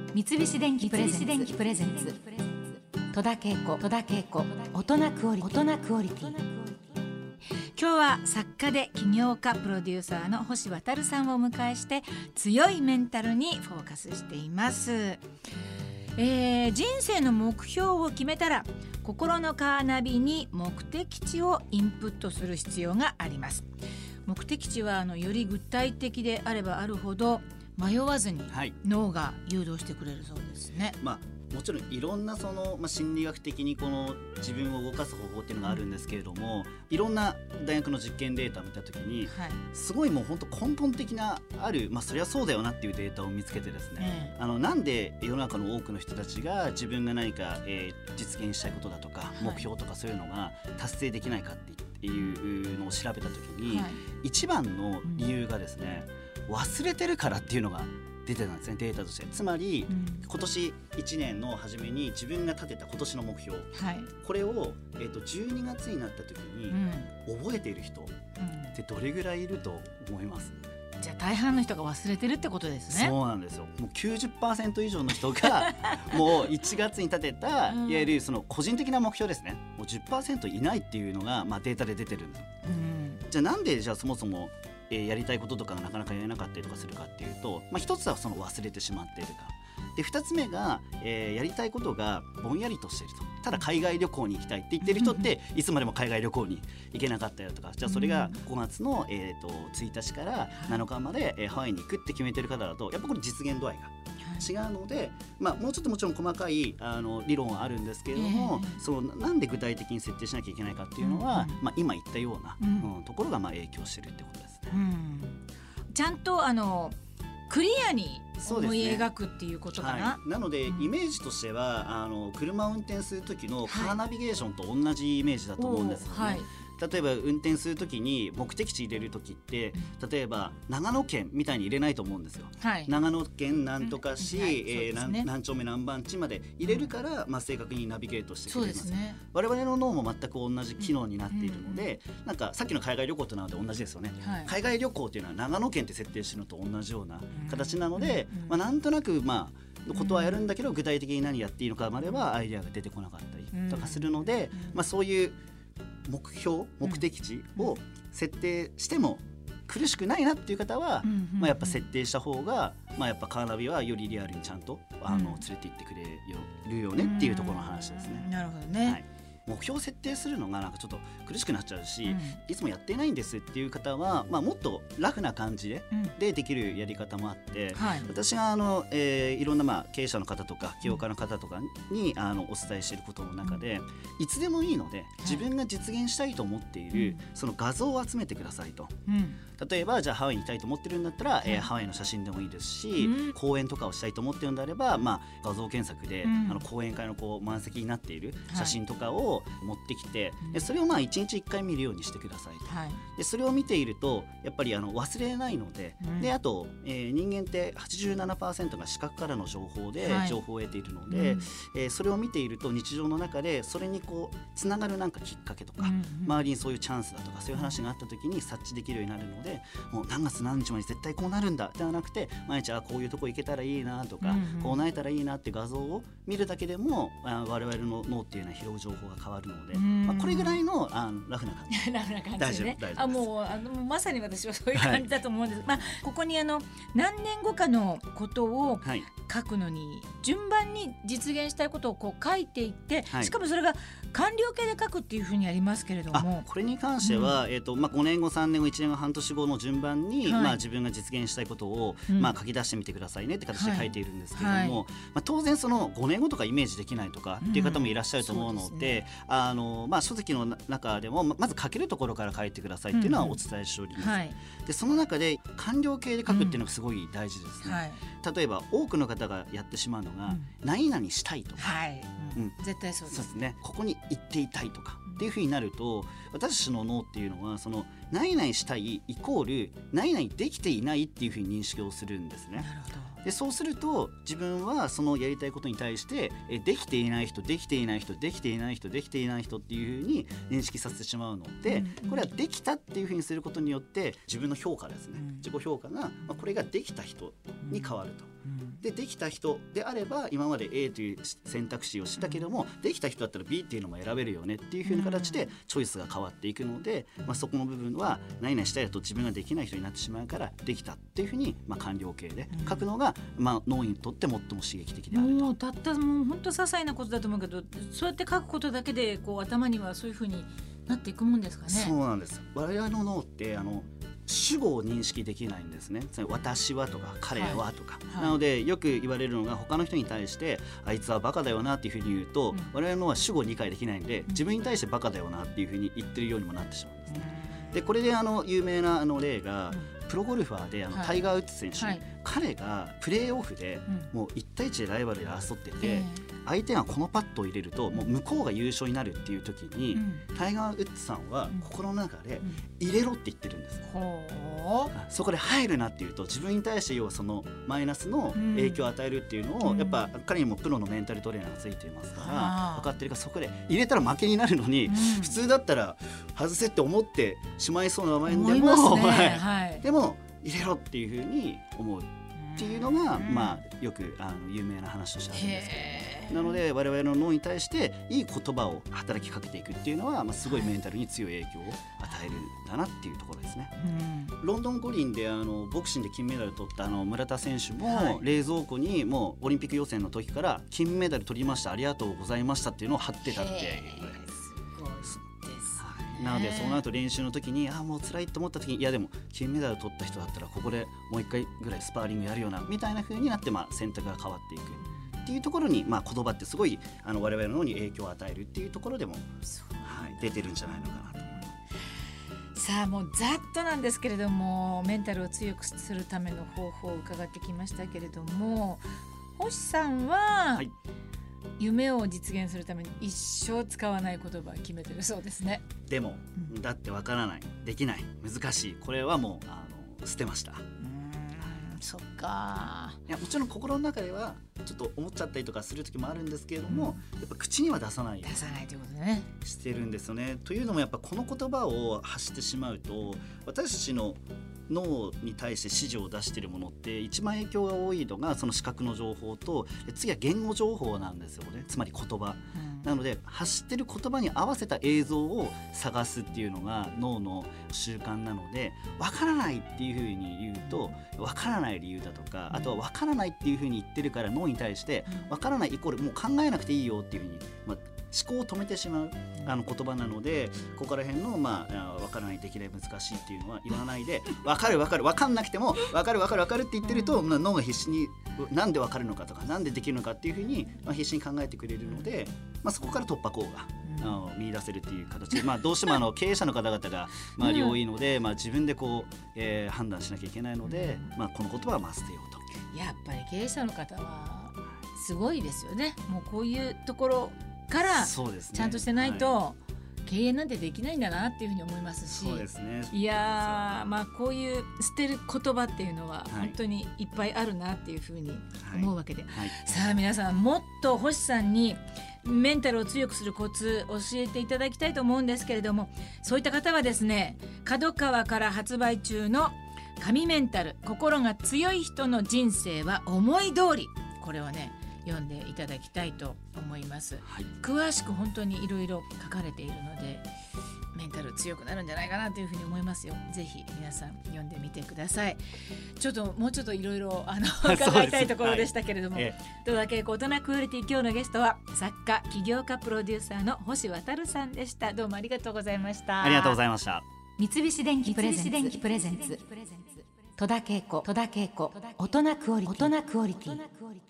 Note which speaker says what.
Speaker 1: 三菱電機プレゼンツ戸田恵子大人クオリティ。今日は作家で起業家プロデューサーの星渉さんをお迎えして強いメンタルにフォーカスしています。人生の目標を決めたら心のカーナビに目的地をインプットする必要があります。目的地はより具体的であればあるほど迷わずに脳が誘導してくれるそうですね。
Speaker 2: もちろんいろんな心理学的にこの自分を動かす方法っていうのがあるんですけれども、いろんな大学の実験データを見たときに、すごいもう本当根本的なある、そりゃそうだよなっていうデータを見つけてですね、なんで世の中の多くの人たちが自分が何か、実現したいことだとか目標とかそういうのが達成できないかっていうのを調べたときに、一番の理由がですね、忘れてるからっていうのが出てたんですね、データとして。つまり、今年1年の初めに自分が立てた今年の目標、これを、12月になった時に覚えている人ってどれぐらいいると思います？
Speaker 1: じゃあ大半の人が忘れてるってことですね。
Speaker 2: そうなんですよ。もう 90% 以上の人がもう1月に立てたいわゆるその個人的な目標ですね、もう 10% いないっていうのが、データで出てるんですよ。じゃあなんでそもそもやりたいこととかがなかなかやれなかったりとかするかっていうと、一つはその忘れてしまっているかで、二つ目が、やりたいことがぼんやりとしていると。ただ海外旅行に行きたいって言ってる人っていつまでも海外旅行に行けなかったよとか、じゃあそれが5月の、1日から7日まで、ハワイに行くって決めてる方だとやっぱこれ実現度合いが違うので、もうちょっともちろん細かい理論はあるんですけれども、なんで具体的に設定しなきゃいけないかっていうのは、今言ったような、ところが影響してるってことですね。
Speaker 1: ちゃんとクリアに思い描くっていうことかな。
Speaker 2: なのでイメージとしては車を運転する時のカーナビゲーションと同じイメージだと思うんですよね。例えば運転するときに目的地入れるときって、例えば長野県みたいに入れないと思うんですよ。長野県なんとか市、何丁目何番地まで入れるから、正確にナビゲートしてくれます。我々の脳も全く同じ機能になっているので、なんかさっきの海外旅行となので同じですよね。海外旅行っていうのは長野県って設定してるのと同じような形なので、なんとなくことはやるんだけど具体的に何やっていいのかまではアイデアが出てこなかったりとかするので、そういう目的地を設定しても苦しくないなっていう方は、やっぱ設定した方が、やっぱカーナビはよりリアルにちゃんと連れて行ってくれるよねっていうところの話ですね。
Speaker 1: なるほどね。
Speaker 2: 目標を設定するのがなんかちょっと苦しくなっちゃうし、いつもやってないんですっていう方は、もっとラフな感じでできるやり方もあって、私がいろんな経営者の方とか起業家の方とかにお伝えしていることの中で、いつでもいいので自分が実現したいと思っているその画像を集めてくださいと。例えばじゃあハワイに行きたいと思ってるんだったら、ハワイの写真でもいいですし、講演とかをしたいと思ってるんであれば、画像検索で、講演会の満席になっている写真とかを持ってきて、それを1日1回見るようにしてくださいと。でそれを見ているとやっぱり忘れないので、であと、人間って 87% が視覚からの情報で情報を得ているので、それを見ていると日常の中でそれにつながるなんかきっかけとか、周りにそういうチャンスだとかそういう話があった時に察知できるようになるので、もう何月何日まで絶対こうなるんだではなくて、毎日こういうとこ行けたらいいなとか、こうなれたらいいなって画像を見るだけでも我々の脳っていうのは拾う情報が変わるので、これぐらいのラフな感じ
Speaker 1: ラフな感じ
Speaker 2: 大丈夫です。
Speaker 1: もうまさに私はそういう感じだと思うんです。ここに何年後かのことを書くのに順番に実現したいことを書いていって、しかもそれが完了形で書くっていうふうにありますけれども、
Speaker 2: これに関しては、5年後3年後1年後半年後の順番に、自分が実現したいことを、書き出してみてくださいねって形で書いているんですけれども、当然その5年後とかイメージできないとかっていう方もいらっしゃると思うので、書籍の中でもまず書けるところから書いてくださいっていうのはお伝えしております。でその中で完了形で書くっていうのがすごい大事ですね。例えば多くの方がやってしまうのが、何々したいとか、
Speaker 1: 絶対そうです
Speaker 2: ね。ここに行っていたいとかっていう風になると、私たちの脳っていうのはその何々したいイコール何々できていないっていう風に認識をするんですね。
Speaker 1: なるほど。
Speaker 2: でそうすると自分はそのやりたいことに対してできていない人できていない人できていない人できていない人っていうふうに認識させてしまうので、これはできたっていうふうにすることによって自分の評価ですね、自己評価がこれができた人に変わると。 でできた人であれば今まで A という選択肢をしたけども、できた人だったら B っていうのも選べるよねっていう風な形でチョイスが変わっていくので、そこの部分は何々したいと自分ができない人になってしまうからできたっていう風に完了形で書くのが、脳にとって最も刺激的であると。
Speaker 1: もうたったもう本当些細なことだと思うけど、そうやって書くことだけでこう頭にはそういう風になっていくもんですかね。
Speaker 2: そうなんです。我々の脳って主語を認識できないんですね。私はとか彼はとか、なのでよく言われるのが、他の人に対してあいつはバカだよなっていうふうに言うと、我々の脳は主語を理解できないんで、自分に対してバカだよなっていうふうに言ってるようにもなってしまうんですね。でこれで有名な例が、プロゴルファーでタイガー・ウッズ選手、彼がプレーオフでもう1対1でライバルで争ってて、相手がこのパットを入れるともう向こうが優勝になるっていう時に、タイガー・ウッズさんは心の中で入れろって言ってるんです。そこで入るなっていうと、自分に対して要はそのマイナスの影響を与えるっていうのを、やっぱ彼にもプロのメンタルトレーナーがついていますから分かってるから、そこで入れたら負けになるのに、普通だったら外せって思ってしまいそうな場面でも、でも入れろっていうふうに思うっていうのが、よく有名な話としてあるんですけど、なので我々の脳に対していい言葉を働きかけていくっていうのは、すごいメンタルに強い影響を与えるんだなっていうところですね。ロンドン五輪でボクシングで金メダル取った村田選手も、冷蔵庫にもうオリンピック予選の時から金メダル取りました、ありがとうございましたっていうのを貼ってたっていうぐらいです。なのでそうなると練習の時にもう辛いと思った時に、いやでも金メダル取った人だったらここでもう一回ぐらいスパーリングやるようなみたいな風になって、選択が変わっていくっていうところに、言葉ってすごい我々の脳に影響を与えるっていうところでも、出てるんじゃないのかなと思います。
Speaker 1: さあもうざっとなんですけれども、メンタルを強くするための方法を伺ってきましたけれども、星さんは、夢を実現するために一生使わない言葉を決めてるそうですね。
Speaker 2: でも、だってわからない、できない、難しい、これはもう捨てました。
Speaker 1: そっか。
Speaker 2: いやもちろん心の中ではちょっと思っちゃったりとかする時もあるんですけれども、やっぱ口には出さないということでね、してるんですよね。というのもやっぱこの言葉を発してしまうと、私たちの脳に対して指示を出しているものって一番影響が多いのがその視覚の情報と、次は言語情報なんですよね。つまり言葉、なので発してる言葉に合わせた映像を探すっていうのが脳の習慣なので、分からないっていうふうに言うと分からない理由だとか、あとは分からないっていうふうに言ってるから脳に対して分からないイコールもう考えなくていいよっていうふうに、思考を止めてしまう言葉なので、ここら辺の、分からない、できない、難しいっていうのは言わないで、分かる分かる、分かんなくても分かる分かる分かるって言ってると、脳が必死になんで分かるのかとかなんでできるのかっていうふうに、必死に考えてくれるので、そこから突破口が見出せるっていう形で、どうしても経営者の方々が周り多いので、自分で判断しなきゃいけないので、この言葉は捨てようと。
Speaker 1: やっぱり経営者の方はすごいですよね。もうこういうところからちゃんとしてないと経営なんてできないんだなっていうふうに思いますし、
Speaker 2: そうですね。
Speaker 1: いやこういう捨てる言葉っていうのは本当にいっぱいあるなっていうふうに思うわけで、さあ皆さんもっと星さんにメンタルを強くするコツ教えていただきたいと思うんですけれども、そういった方はですね、角川から発売中の神メンタル、心が強い人の人生は思い通り、これをね読んでいただきたいと思います。詳しく本当にいろいろ書かれているので、メンタル強くなるんじゃないかなというふうに思いますよ。ぜひ皆さん読んでみてください。もうちょっといろいろ伺いたいところでしたけれども、戸田恵子大人クオリティ、今日のゲストは作家起業家プロデューサーの星渉さんでした。どうもありがとうございました。
Speaker 2: ありがとうございました。
Speaker 1: 三菱電機プレゼンツ戸田恵子大人クオリティ。